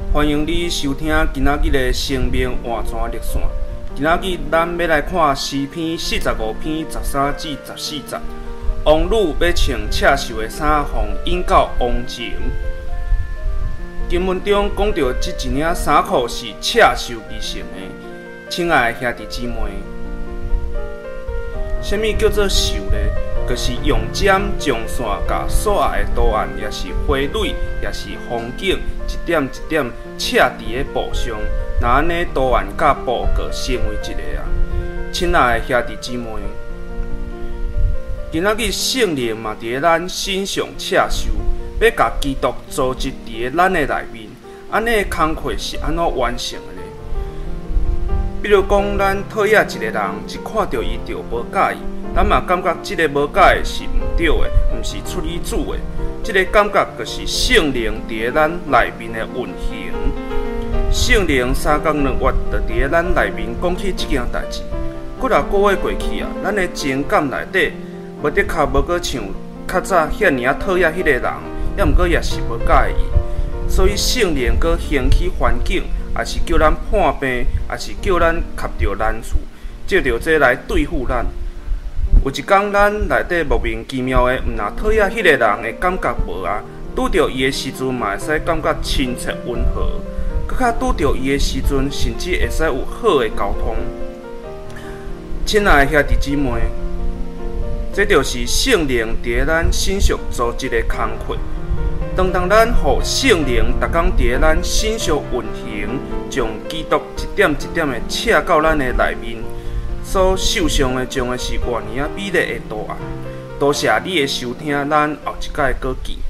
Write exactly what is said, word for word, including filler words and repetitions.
欢迎你收听今仔日的生命换泉热线。今仔日咱要来看诗篇四十五篇十三至十四节。王女要穿赤袖的衫，互引到王前。经文中讲到，这一领衫裤是赤袖而成的。亲爱的兄弟姊妹，什么叫做袖呢？就是用针将线甲锁压的图案，也是花蕊，也是风景，一点一点赤伫咧布上。那安尼图案甲布就成为一个啊！亲爱的兄弟姊妹，今仔日圣灵嘛伫咧咱身上赤袖，要甲基督组织伫咧咱的内面。安尼的工课是安怎完成的呢？比如讲，咱讨厌一个人，一看到伊就无介意。咱嘛感觉即个无解是毋对的，毋是出于主的。即、这个感觉就是圣灵伫咧咱内面的运行。圣灵三工两月就伫咧咱内面讲起即件代志。几若个月过去啊，咱的情感内底无的确无阁像较早遐尔啊讨厌迄个人，也毋过也是无介意。所以圣灵阁兴起环境，也是叫咱判病，也是叫咱吸着难处，借着这来对付咱。有一天，咱内底莫名其妙的，毋若讨厌迄个人的感觉无啊，拄着伊的时阵嘛会使感觉亲切温和，搁较拄着伊的时阵，甚至会使有好的沟通。亲爱的兄弟姊妹，这就是圣灵伫咧咱身上做一个工课。当当咱互圣灵逐工伫咧咱身上运行，将基督一点一点的刺到咱的内面。所受伤的，将会是偌尔啊美丽的图案。多谢你的收听，咱后一届再见。